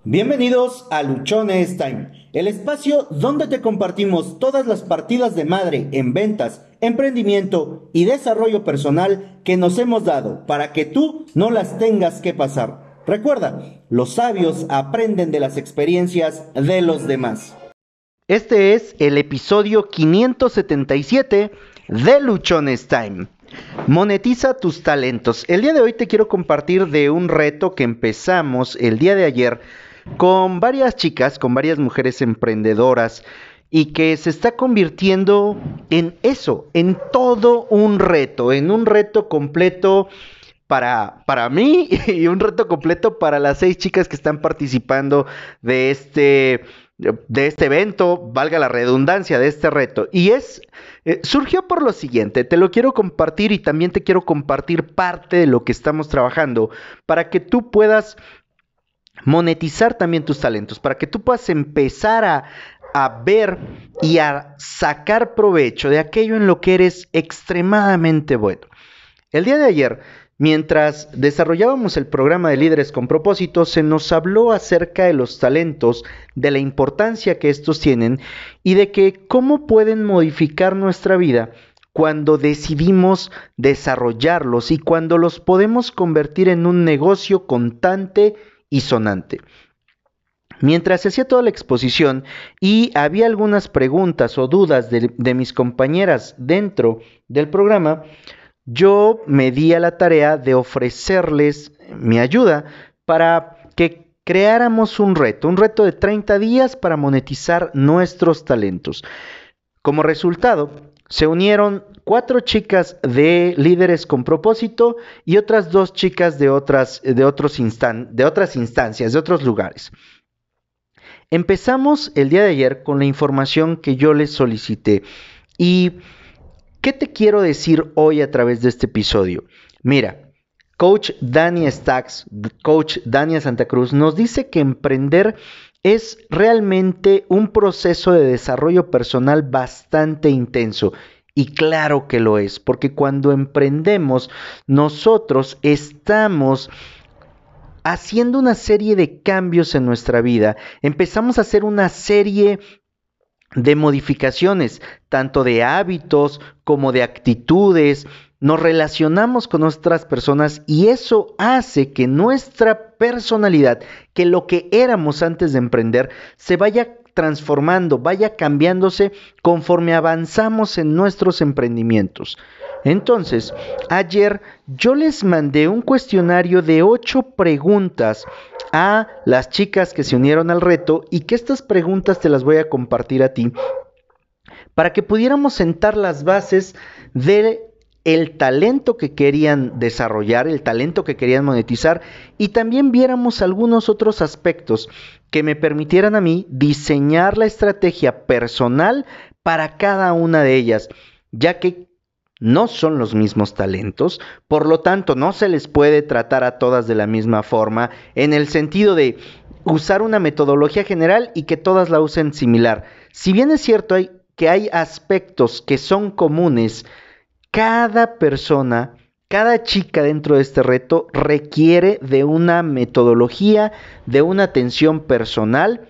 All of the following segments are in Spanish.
Bienvenidos a Luchones Time, el espacio donde te compartimos todas las partidas de madre en ventas, emprendimiento y desarrollo personal que nos hemos dado para que tú no las tengas que pasar. Recuerda, los sabios aprenden de las experiencias de los demás. Este es el episodio 577 de Luchones Time. Monetiza tus talentos. El día de hoy te quiero compartir de un reto que empezamos el día de ayer con varias chicas, con varias mujeres emprendedoras y que se está convirtiendo en eso, en todo un reto, en un reto completo para mí y un reto completo para las 6 chicas que están participando de este evento, valga la redundancia de este reto. Y surgió por lo siguiente, te lo quiero compartir y también te quiero compartir parte de lo que estamos trabajando para que tú puedas monetizar también tus talentos, para que tú puedas empezar a ver y a sacar provecho de aquello en lo que eres extremadamente bueno. El día de ayer, mientras desarrollábamos el programa de Líderes con Propósito, se nos habló acerca de los talentos, de la importancia que estos tienen y de que cómo pueden modificar nuestra vida cuando decidimos desarrollarlos y cuando los podemos convertir en un negocio constante y sonante. Mientras se hacía toda la exposición y había algunas preguntas o dudas de mis compañeras dentro del programa, yo me di a la tarea de ofrecerles mi ayuda para que creáramos un reto de 30 días para monetizar nuestros talentos. Como resultado, se unieron 4 chicas de Líderes con Propósito y otras 2 chicas de otras instancias, de otros lugares. Empezamos el día de ayer con la información que yo les solicité. ¿Y qué te quiero decir hoy a través de este episodio? Mira, Coach Dani Stacks, Coach Dani Santa Cruz, nos dice que emprender es realmente un proceso de desarrollo personal bastante intenso. Y claro que lo es, porque cuando emprendemos, nosotros estamos haciendo una serie de cambios en nuestra vida. Empezamos a hacer una serie de modificaciones, tanto de hábitos como de actitudes. Nos relacionamos con otras personas y eso hace que nuestra personalidad, que lo que éramos antes de emprender, se vaya transformando, vaya cambiándose conforme avanzamos en nuestros emprendimientos. Entonces, ayer yo les mandé un cuestionario de 8 preguntas a las chicas que se unieron al reto y que estas preguntas te las voy a compartir a ti para que pudiéramos sentar las bases del talento que querían desarrollar, el talento que querían monetizar y también viéramos algunos otros aspectos que me permitieran a mí diseñar la estrategia personal para cada una de ellas, ya que no son los mismos talentos, por lo tanto no se les puede tratar a todas de la misma forma, en el sentido de usar una metodología general y que todas la usen similar. Si bien es cierto que hay aspectos que son comunes, cada persona, cada chica dentro de este reto requiere de una metodología, de una atención personal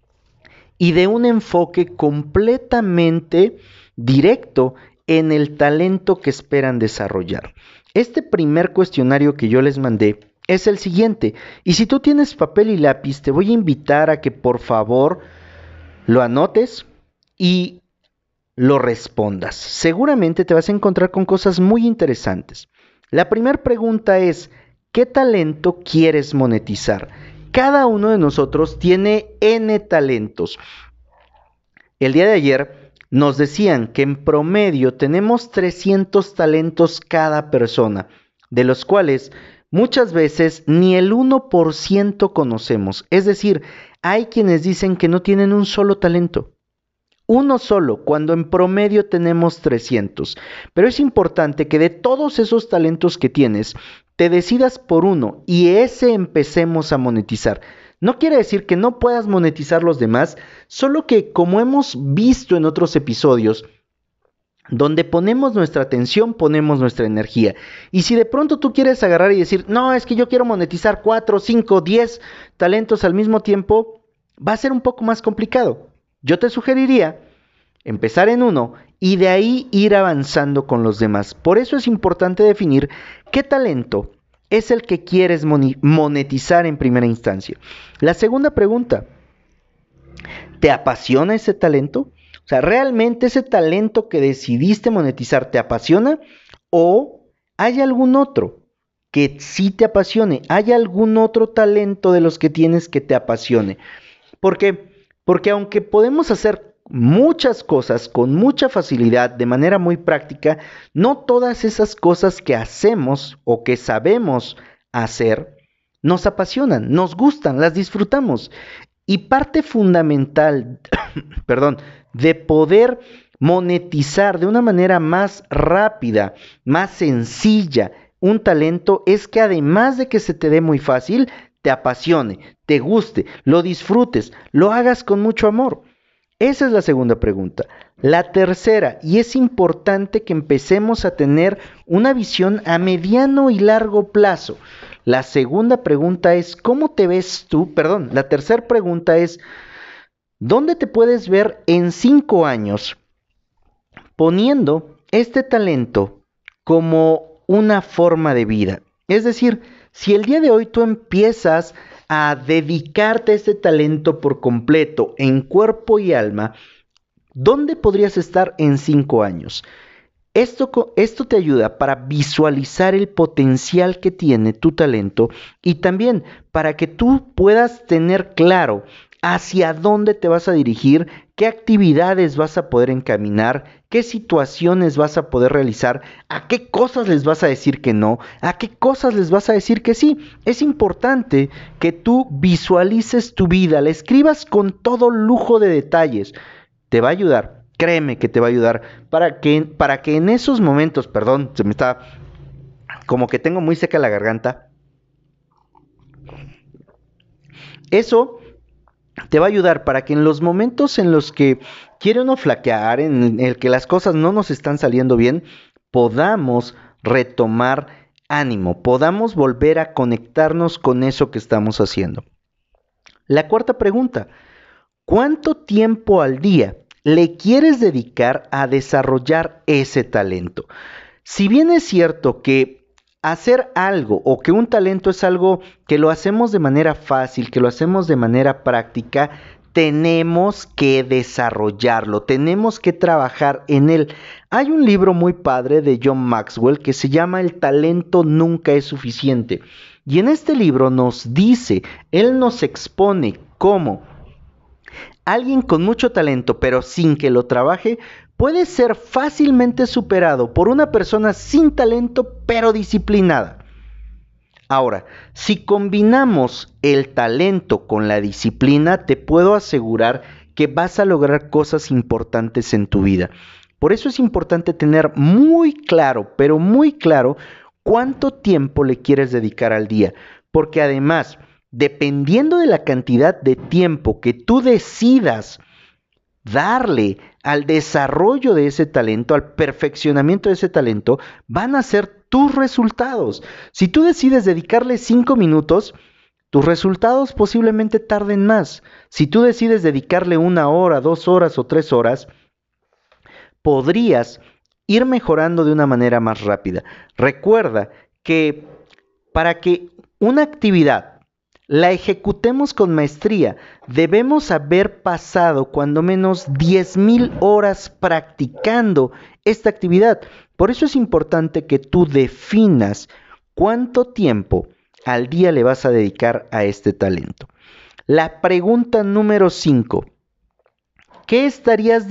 y de un enfoque completamente directo en el talento que esperan desarrollar. Este primer cuestionario que yo les mandé es el siguiente, y si tú tienes papel y lápiz, te voy a invitar a que por favor lo anotes y lo respondas. Seguramente te vas a encontrar con cosas muy interesantes. La primera pregunta es, ¿qué talento quieres monetizar? Cada uno de nosotros tiene N talentos. El día de ayer nos decían que en promedio tenemos 300 talentos cada persona, de los cuales muchas veces ni el 1% conocemos. Es decir, hay quienes dicen que no tienen un solo talento. Uno solo, cuando en promedio tenemos 300. Pero es importante que de todos esos talentos que tienes, te decidas por uno y ese empecemos a monetizar. No quiere decir que no puedas monetizar los demás, solo que como hemos visto en otros episodios, Donde ponemos nuestra atención, ponemos nuestra energía. Y si de pronto tú quieres agarrar y decir, no, es que yo quiero monetizar 4, 5, 10 talentos al mismo tiempo, va a ser un poco más complicado. Yo te sugeriría empezar en uno y de ahí ir avanzando con los demás. Por eso es importante definir qué talento es el que quieres monetizar en primera instancia. La segunda pregunta, ¿te apasiona ese talento? O sea, ¿realmente ese talento que decidiste monetizar te apasiona? ¿O hay algún otro que sí te apasione? ¿Hay algún otro talento de los que tienes que te apasione? ¿Por qué? Porque aunque podemos hacer muchas cosas con mucha facilidad, de manera muy práctica, no todas esas cosas que hacemos o que sabemos hacer nos apasionan, nos gustan, las disfrutamos. Y parte fundamental, perdón, de poder monetizar de una manera más rápida, más sencilla, un talento es que además de que se te dé muy fácil, te apasione, te guste, lo disfrutes, lo hagas con mucho amor. Esa es la segunda pregunta. La tercera, y es importante que empecemos a tener una visión a mediano y largo plazo. La segunda pregunta es, ¿cómo te ves tú? Perdón, la tercera pregunta es, ¿dónde te puedes ver en 5 años poniendo este talento como una forma de vida? Es decir, si el día de hoy tú empiezas a dedicarte a este talento por completo, en cuerpo y alma, ¿dónde podrías estar en 5 años? Esto te ayuda para visualizar el potencial que tiene tu talento y también para que tú puedas tener claro hacia dónde te vas a dirigir, qué actividades vas a poder encaminar, qué situaciones vas a poder realizar, a qué cosas les vas a decir que no, a qué cosas les vas a decir que sí. Es importante que tú visualices tu vida, la escribas con todo lujo de detalles. Te va a ayudar. Créeme que te va a ayudar para que en esos momentos, perdón, se me está como que tengo muy seca la garganta. Eso te va a ayudar para que en los momentos en los que quiere uno flaquear, en el que las cosas no nos están saliendo bien, podamos retomar ánimo, podamos volver a conectarnos con eso que estamos haciendo. La cuarta pregunta, ¿cuánto tiempo al día le quieres dedicar a desarrollar ese talento? Si bien es cierto que hacer algo o que un talento es algo que lo hacemos de manera fácil, que lo hacemos de manera práctica, tenemos que desarrollarlo, tenemos que trabajar en él. Hay un libro muy padre de John Maxwell que se llama El talento nunca es suficiente. Y en este libro nos dice, él nos expone cómo alguien con mucho talento, pero sin que lo trabaje, puede ser fácilmente superado por una persona sin talento, pero disciplinada. Ahora, si combinamos el talento con la disciplina, te puedo asegurar que vas a lograr cosas importantes en tu vida. Por eso es importante tener muy claro, pero muy claro, cuánto tiempo le quieres dedicar al día. Porque además, dependiendo de la cantidad de tiempo que tú decidas darle al desarrollo de ese talento, al perfeccionamiento de ese talento, van a ser tus resultados. Si tú decides dedicarle 5 minutos, tus resultados posiblemente tarden más. Si tú decides dedicarle 1 hora, 2 horas o 3 horas, podrías ir mejorando de una manera más rápida. Recuerda que para que una actividad la ejecutemos con maestría, debemos haber pasado cuando menos 10,000 horas practicando esta actividad. Por eso es importante que tú definas cuánto tiempo al día le vas a dedicar a este talento. La pregunta número 5. ¿Qué estarías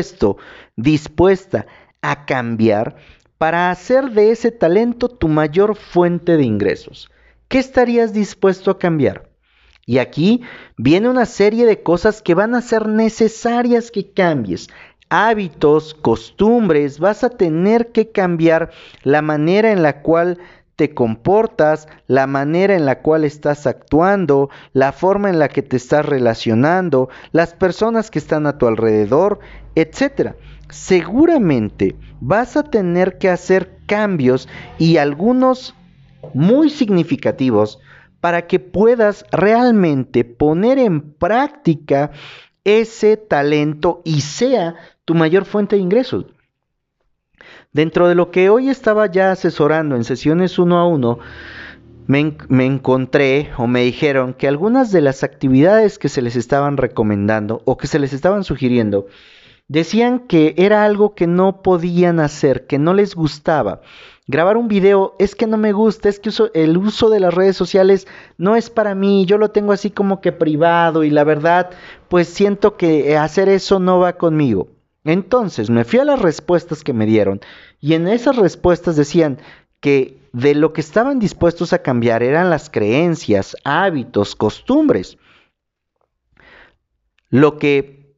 dispuesta a cambiar para hacer de ese talento tu mayor fuente de ingresos? ¿Qué estarías dispuesto a cambiar? Y aquí viene una serie de cosas que van a ser necesarias que cambies. Hábitos, costumbres, vas a tener que cambiar la manera en la cual te comportas, la manera en la cual estás actuando, la forma en la que te estás relacionando, las personas que están a tu alrededor, etcétera. seguramente vas a tener que hacer cambios y algunos muy significativos para que puedas realmente poner en práctica ese talento y sea tu mayor fuente de ingresos. Dentro de lo que hoy estaba ya asesorando en sesiones uno a uno, me encontré o me dijeron que algunas de las actividades que se les estaban recomendando o que se les estaban sugiriendo, decían que era algo que no podían hacer, que no les gustaba. Grabar un video es que no me gusta, es que el uso de las redes sociales no es para mí, yo lo tengo así como que privado y la verdad, pues siento que hacer eso no va conmigo. Entonces me fui a las respuestas que me dieron y en esas respuestas decían que de lo que estaban dispuestos a cambiar eran las creencias, hábitos, costumbres. Lo que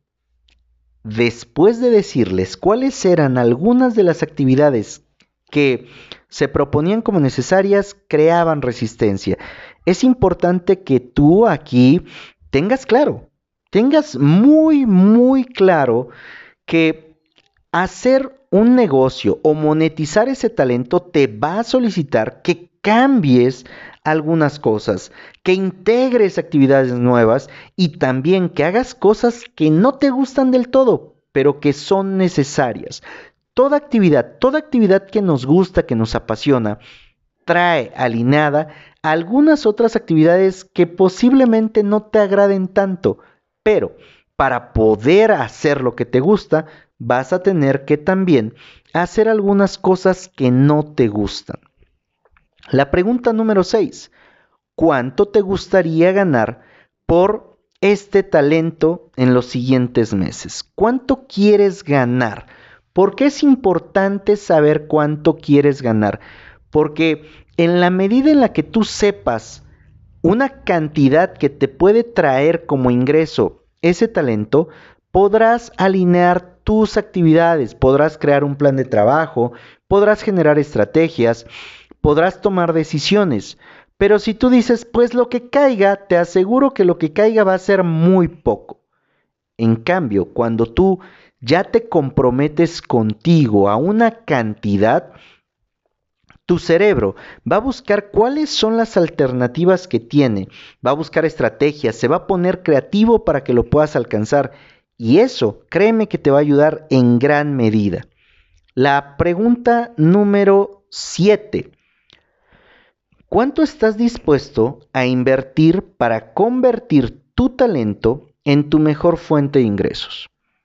después de decirles cuáles eran algunas de las actividades que se proponían como necesarias, creaban resistencia. Es importante que tú aquí tengas claro, tengas muy claro que hacer un negocio o monetizar ese talento te va a solicitar que cambies algunas cosas, que integres actividades nuevas y también que hagas cosas que no te gustan del todo, pero que son necesarias. Toda actividad que nos gusta, que nos apasiona, trae alineada algunas otras actividades que posiblemente no te agraden tanto, pero para poder hacer lo que te gusta, vas a tener que también hacer algunas cosas que no te gustan. La pregunta número 6. ¿Cuánto te gustaría ganar por este talento en los siguientes meses? ¿Cuánto quieres ganar? ¿Por qué es importante saber cuánto quieres ganar? Porque en la medida en la que tú sepas una cantidad que te puede traer como ingreso ese talento, podrás alinear tus actividades, podrás crear un plan de trabajo, podrás generar estrategias, podrás tomar decisiones. Pero si tú dices, pues lo que caiga, te aseguro que lo que caiga va a ser muy poco. En cambio, cuando tú ya te comprometes contigo a una cantidad, tu cerebro va a buscar cuáles son las alternativas que tiene, va a buscar estrategias, se va a poner creativo para que lo puedas alcanzar. Y eso, créeme que te va a ayudar en gran medida. La pregunta número 7. ¿Cuánto estás dispuesto a invertir para convertir tu talento en tu mejor fuente de ingresos?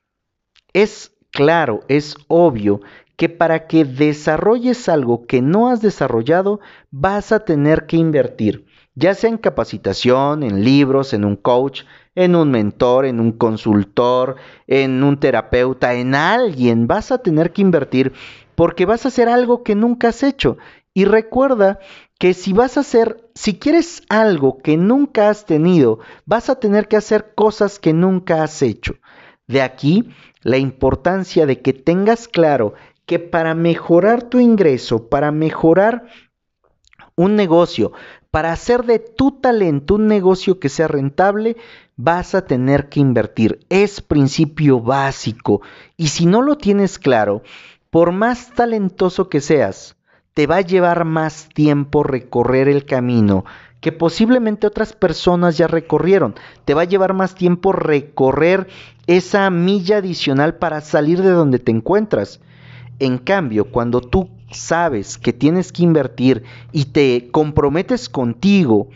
Es claro, es obvio que para que desarrolles algo que no has desarrollado, vas a tener que invertir, ya sea en capacitación, en libros, en un coach, en un mentor, en un consultor, en un terapeuta, en alguien, vas a tener que invertir porque vas a hacer algo que nunca has hecho. Y recuerda que si quieres algo que nunca has tenido, vas a tener que hacer cosas que nunca has hecho. De aquí la importancia de que tengas claro que para mejorar tu ingreso, para mejorar un negocio, para hacer de tu talento un negocio que sea rentable, vas a tener que invertir. Es principio básico. Y si no lo tienes claro, por más talentoso que seas, te va a llevar más tiempo recorrer el camino que posiblemente otras personas ya recorrieron. Te va a llevar más tiempo recorrer esa milla adicional para salir de donde te encuentras. En cambio, cuando tú sabes que tienes que invertir y te comprometes contigo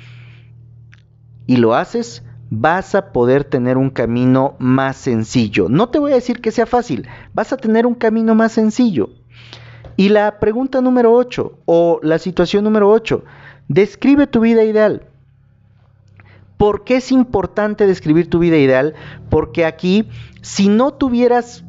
y lo haces, vas a poder tener un camino más sencillo. No te voy a decir que sea fácil, vas a tener un camino más sencillo. Y la pregunta número 8 o la situación número 8, describe tu vida ideal. ¿Por qué es importante describir tu vida ideal? Porque aquí, si no tuvieras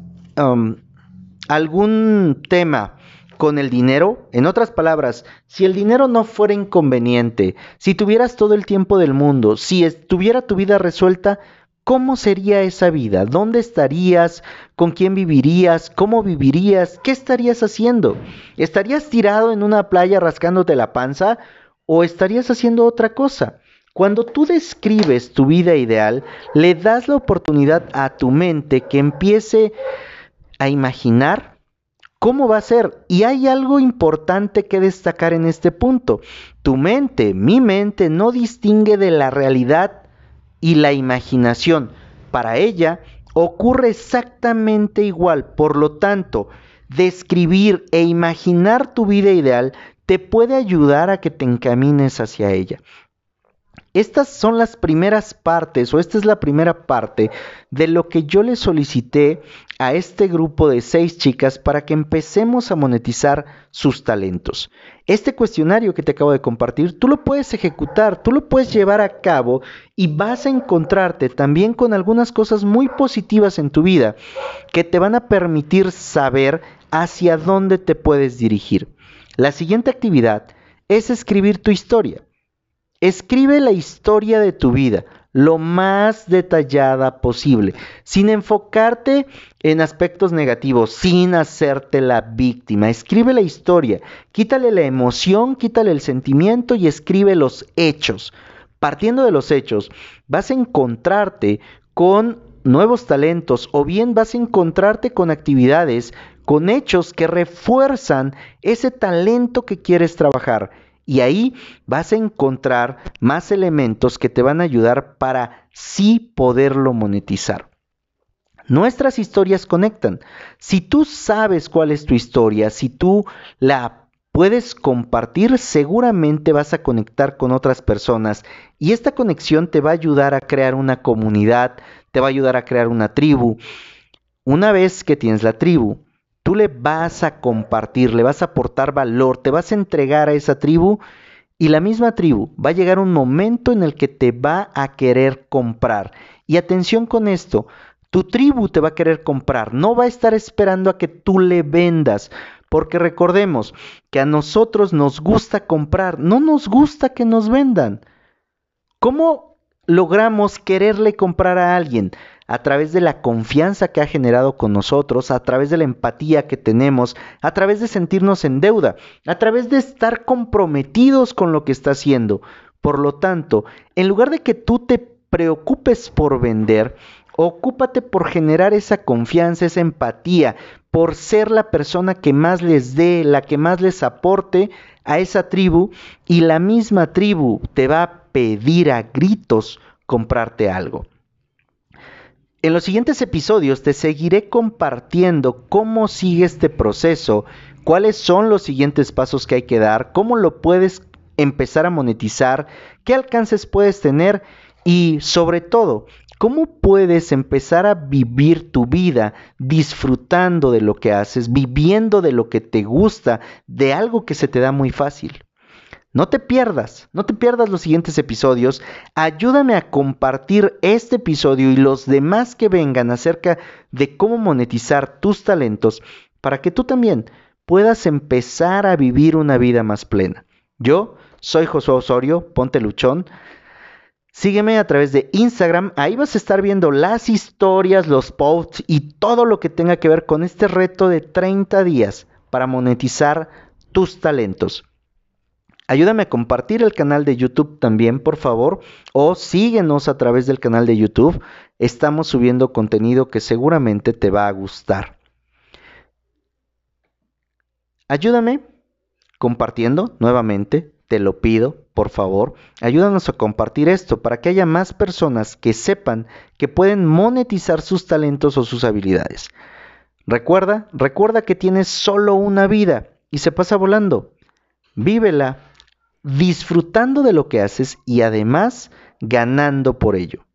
algún tema con el dinero, en otras palabras, si el dinero no fuera inconveniente, si tuvieras todo el tiempo del mundo, si estuviera tu vida resuelta, ¿cómo sería esa vida? ¿Dónde estarías? ¿Con quién vivirías? ¿Cómo vivirías? ¿Qué estarías haciendo? ¿Estarías tirado en una playa rascándote la panza o estarías haciendo otra cosa? Cuando tú describes tu vida ideal, le das la oportunidad a tu mente que empiece a imaginar cómo va a ser. Y hay algo importante que destacar en este punto. Tu mente, mi mente, no distingue de la realidad y la imaginación. Para ella ocurre exactamente igual. Por lo tanto, describir e imaginar tu vida ideal te puede ayudar a que te encamines hacia ella. Estas son las primeras partes, o esta es la primera parte de lo que yo le solicité a este grupo de 6 chicas para que empecemos a monetizar sus talentos. Este cuestionario que te acabo de compartir, tú lo puedes ejecutar, tú lo puedes llevar a cabo y vas a encontrarte también con algunas cosas muy positivas en tu vida que te van a permitir saber hacia dónde te puedes dirigir. La siguiente actividad es escribir tu historia. Escribe la historia de tu vida lo más detallada posible, sin enfocarte en aspectos negativos, sin hacerte la víctima. Escribe la historia, quítale la emoción, quítale el sentimiento y escribe los hechos. Partiendo de los hechos, vas a encontrarte con nuevos talentos o bien vas a encontrarte con actividades, con hechos que refuerzan ese talento que quieres trabajar. Y ahí vas a encontrar más elementos que te van a ayudar para sí poderlo monetizar. Nuestras historias conectan. Si tú sabes cuál es tu historia, si tú la puedes compartir, seguramente vas a conectar con otras personas y esta conexión te va a ayudar a crear una comunidad, te va a ayudar a crear una tribu. Una vez que tienes la tribu, tú le vas a compartir, le vas a aportar valor, te vas a entregar a esa tribu y la misma tribu va a llegar un momento en el que te va a querer comprar. Y atención con esto, tu tribu te va a querer comprar, no va a estar esperando a que tú le vendas, porque recordemos que a nosotros nos gusta comprar, no nos gusta que nos vendan. ¿Cómo logramos quererle comprar a alguien? A través de la confianza que ha generado con nosotros, a través de la empatía que tenemos, a través de sentirnos en deuda, a través de estar comprometidos con lo que está haciendo. Por lo tanto, en lugar de que tú te preocupes por vender, ocúpate por generar esa confianza, esa empatía, por ser la persona que más les dé, la que más les aporte a esa tribu, y la misma tribu te va a pedir a gritos comprarte algo. En los siguientes episodios te seguiré compartiendo cómo sigue este proceso, cuáles son los siguientes pasos que hay que dar, cómo lo puedes empezar a monetizar, qué alcances puedes tener y sobre todo, cómo puedes empezar a vivir tu vida disfrutando de lo que haces, viviendo de lo que te gusta, de algo que se te da muy fácil. No te pierdas los siguientes episodios. Ayúdame a compartir este episodio y los demás que vengan acerca de cómo monetizar tus talentos para que tú también puedas empezar a vivir una vida más plena. Yo soy Josué Osorio, ponte luchón. Sígueme a través de Instagram, ahí vas a estar viendo las historias, los posts y todo lo que tenga que ver con este reto de 30 días para monetizar tus talentos. Ayúdame a compartir el canal de YouTube también, por favor, o síguenos a través del canal de YouTube. Estamos subiendo contenido que seguramente te va a gustar. Ayúdame compartiendo nuevamente, te lo pido, por favor. Ayúdanos a compartir esto para que haya más personas que sepan que pueden monetizar sus talentos o sus habilidades. Recuerda que tienes solo una vida y se pasa volando. Vívela disfrutando de lo que haces y además ganando por ello.